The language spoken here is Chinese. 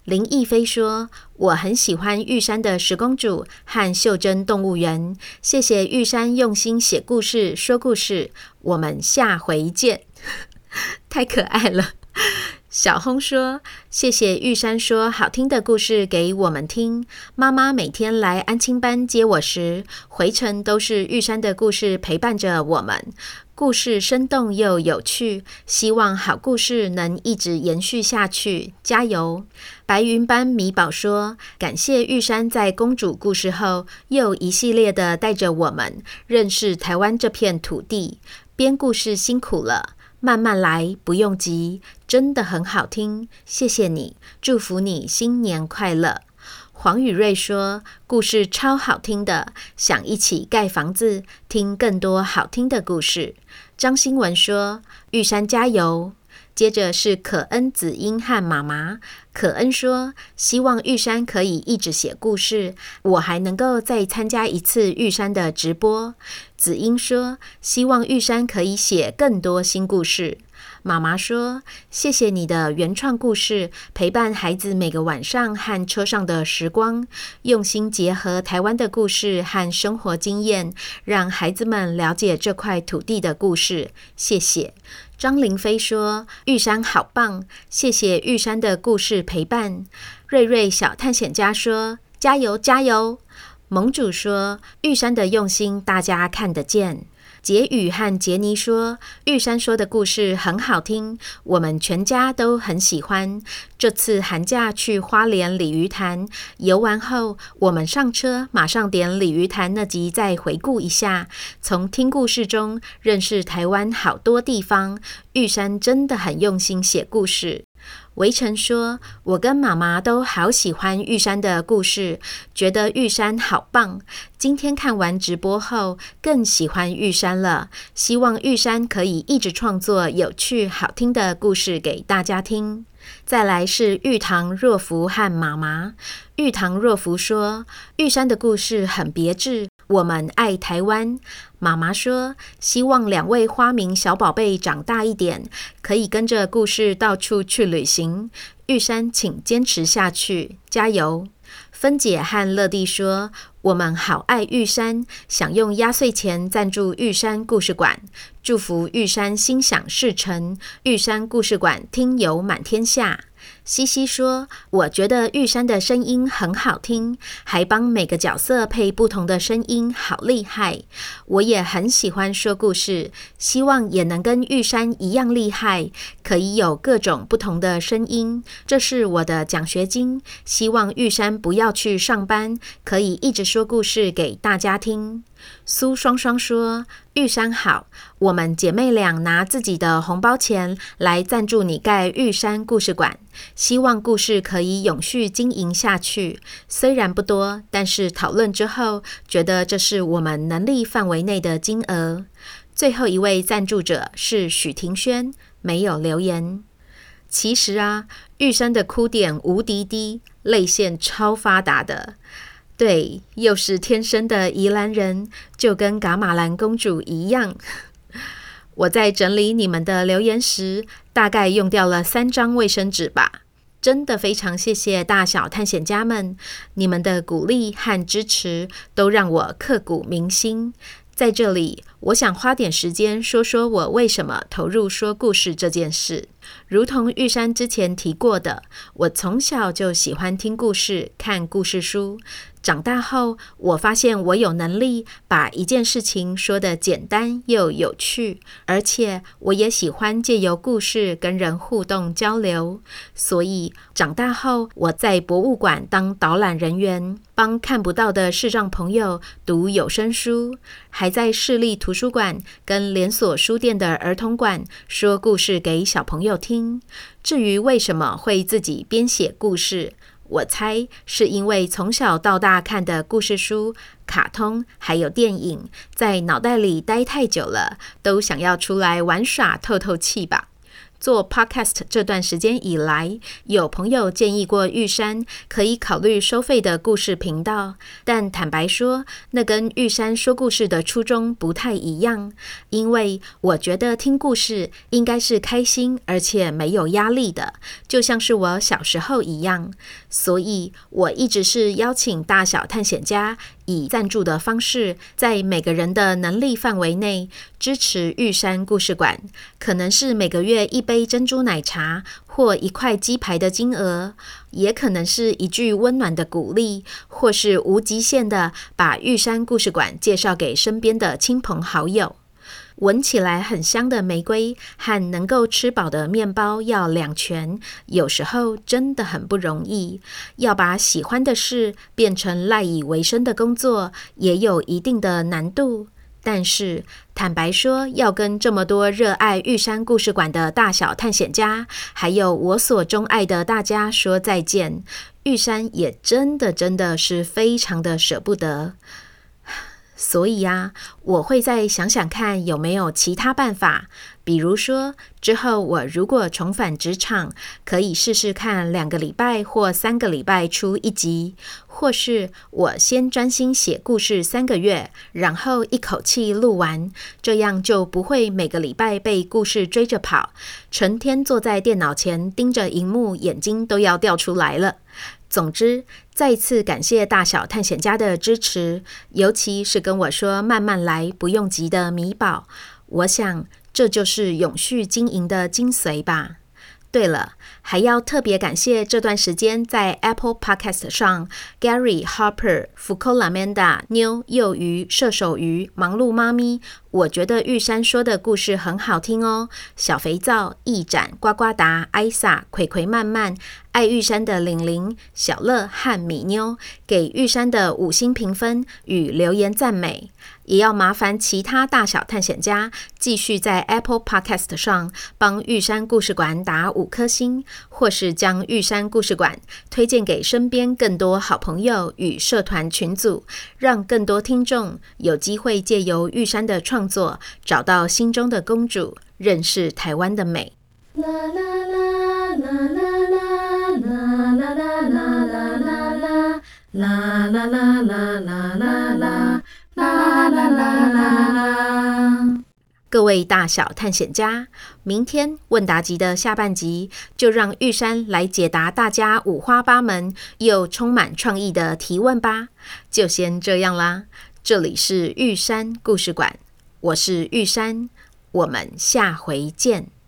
林逸飞说，我很喜欢玉山的十公主和袖珍动物园，谢谢玉山用心写故事说故事，我们下回见。太可爱了。小红说，谢谢玉山说好听的故事给我们听，妈妈每天来安亲班接我时，回程都是玉山的故事陪伴着我们，故事生动又有趣，希望好故事能一直延续下去，加油。白云班米宝说，感谢玉山在公主故事后又一系列的带着我们认识台湾这片土地，编故事辛苦了，慢慢来，不用急，真的很好听，谢谢你，祝福你新年快乐。黄宇瑞说，故事超好听的，想一起盖房子，听更多好听的故事。张新文说，玉山加油。接着是可恩、子英和妈妈。可恩说，希望玉山可以一直写故事，我还能够再参加一次玉山的直播。子英说，希望玉山可以写更多新故事。妈妈说，谢谢你的原创故事，陪伴孩子每个晚上和车上的时光，用心结合台湾的故事和生活经验，让孩子们了解这块土地的故事，谢谢。张凌飞说，玉山好棒，谢谢玉山的故事陪伴。瑞瑞小探险家说，加油加油。盟主说，玉山的用心大家看得见。杰宇和杰尼说，玉山说的故事很好听，我们全家都很喜欢。这次寒假去花莲鲤鱼潭游玩后，我们上车马上点鲤鱼潭那集再回顾一下，从听故事中认识台湾好多地方，玉山真的很用心写故事。围城说，我跟妈妈都好喜欢玉山的故事，觉得玉山好棒，今天看完直播后更喜欢玉山了，希望玉山可以一直创作有趣好听的故事给大家听。再来是玉堂若福和妈妈。玉堂若福说，玉山的故事很别致，我们爱台湾。妈妈说，希望两位花名小宝贝长大一点，可以跟着故事到处去旅行。玉山请坚持下去，加油。芬姐和乐蒂说，我们好爱玉山，想用压岁钱赞助玉山故事馆，祝福玉山心想事成，玉山故事馆听友满天下。西西说，我觉得玉山的声音很好听，还帮每个角色配不同的声音，好厉害。我也很喜欢说故事，希望也能跟玉山一样厉害，可以有各种不同的声音，这是我的奖学金，希望玉山不要去上班，可以一直说故事给大家听。苏双双说，玉山好，我们姐妹俩拿自己的红包钱来赞助你盖玉山故事馆，希望故事可以永续经营下去，虽然不多，但是讨论之后觉得这是我们能力范围内的金额。最后一位赞助者是许庭轩，没有留言。其实啊，玉山的哭点无敌低，泪腺超发达的。对，又是天生的宜兰人，就跟噶玛兰公主一样。我在整理你们的留言时，大概用掉了3张卫生纸吧。真的非常谢谢大小探险家们，你们的鼓励和支持都让我刻骨铭心。在这里，我想花点时间说说我为什么投入说故事这件事。如同玉山之前提过的，我从小就喜欢听故事、看故事书。长大后，我发现我有能力把一件事情说得简单又有趣，而且我也喜欢借由故事跟人互动交流。所以长大后，我在博物馆当导览人员，帮看不到的视障朋友读有声书，还在市立图书馆跟连锁书店的儿童馆说故事给小朋友听。至于为什么会自己编写故事，我猜是因为从小到大看的故事书、卡通还有电影，在脑袋里待太久了，都想要出来玩耍透透气吧。 做 podcast 这段时间以来，有朋友建议过玉山可以考虑收费的故事频道，但坦白说，那跟玉山说故事的初衷不太一样，因为我觉得听故事应该是开心而且没有压力的，就像是我小时候一样，所以我一直是邀请大小探险家以赞助的方式，在每个人的能力范围内支持玉山故事馆，可能是每个月1杯珍珠奶茶或1块鸡排的金额，也可能是一句温暖的鼓励，或是无极限的把玉山故事馆介绍给身边的亲朋好友。闻起来很香的玫瑰和能够吃饱的面包要两全，有时候真的很不容易。要把喜欢的事变成赖以为生的工作，也有一定的难度。但是坦白说，要跟这么多热爱玉山故事馆的大小探险家，还有我所钟爱的大家说再见，玉山也真的是非常的舍不得。所以啊，我会再想想看有没有其他办法，比如说之后我如果重返职场，可以试试看2个礼拜或3个礼拜出1集，或是我先专心写故事3个月，然后一口气录完，这样就不会每个礼拜被故事追着跑，成天坐在电脑前盯着荧幕，眼睛都要掉出来了。总之，再次感谢大小探险家的支持，尤其是跟我说慢慢来，不用急的米宝，我想这就是永续经营的精髓吧。对了，还要特别感谢这段时间在 Apple Podcast 上 Gary、Harper、Fuko、Lamanda、妞、幼鱼、射手鱼、忙碌妈咪，我觉得玉山说的故事很好听哦。小肥皂、翼展、呱呱达、艾莎、葵葵慢慢、爱玉山的玲玲、小乐和米妞，给玉山的5星评分与留言赞美。也要麻烦其他大小探险家继续在 Apple Podcast 上帮玉山故事馆打5颗星，或是将玉山故事馆推荐给身边更多好朋友与社团群组，让更多听众有机会借由玉山的创作找到心中的公主，认识台湾的美。啦啦啦啦啦啦啦啦啦啦啦啦啦啦啦啦啦啦啦各位大小探险家，明天问答集的下半集就让玉山来解答大家五花八门又充满创意的提问吧。就先这样啦，这里是玉山故事馆，我是玉山，我们下回见。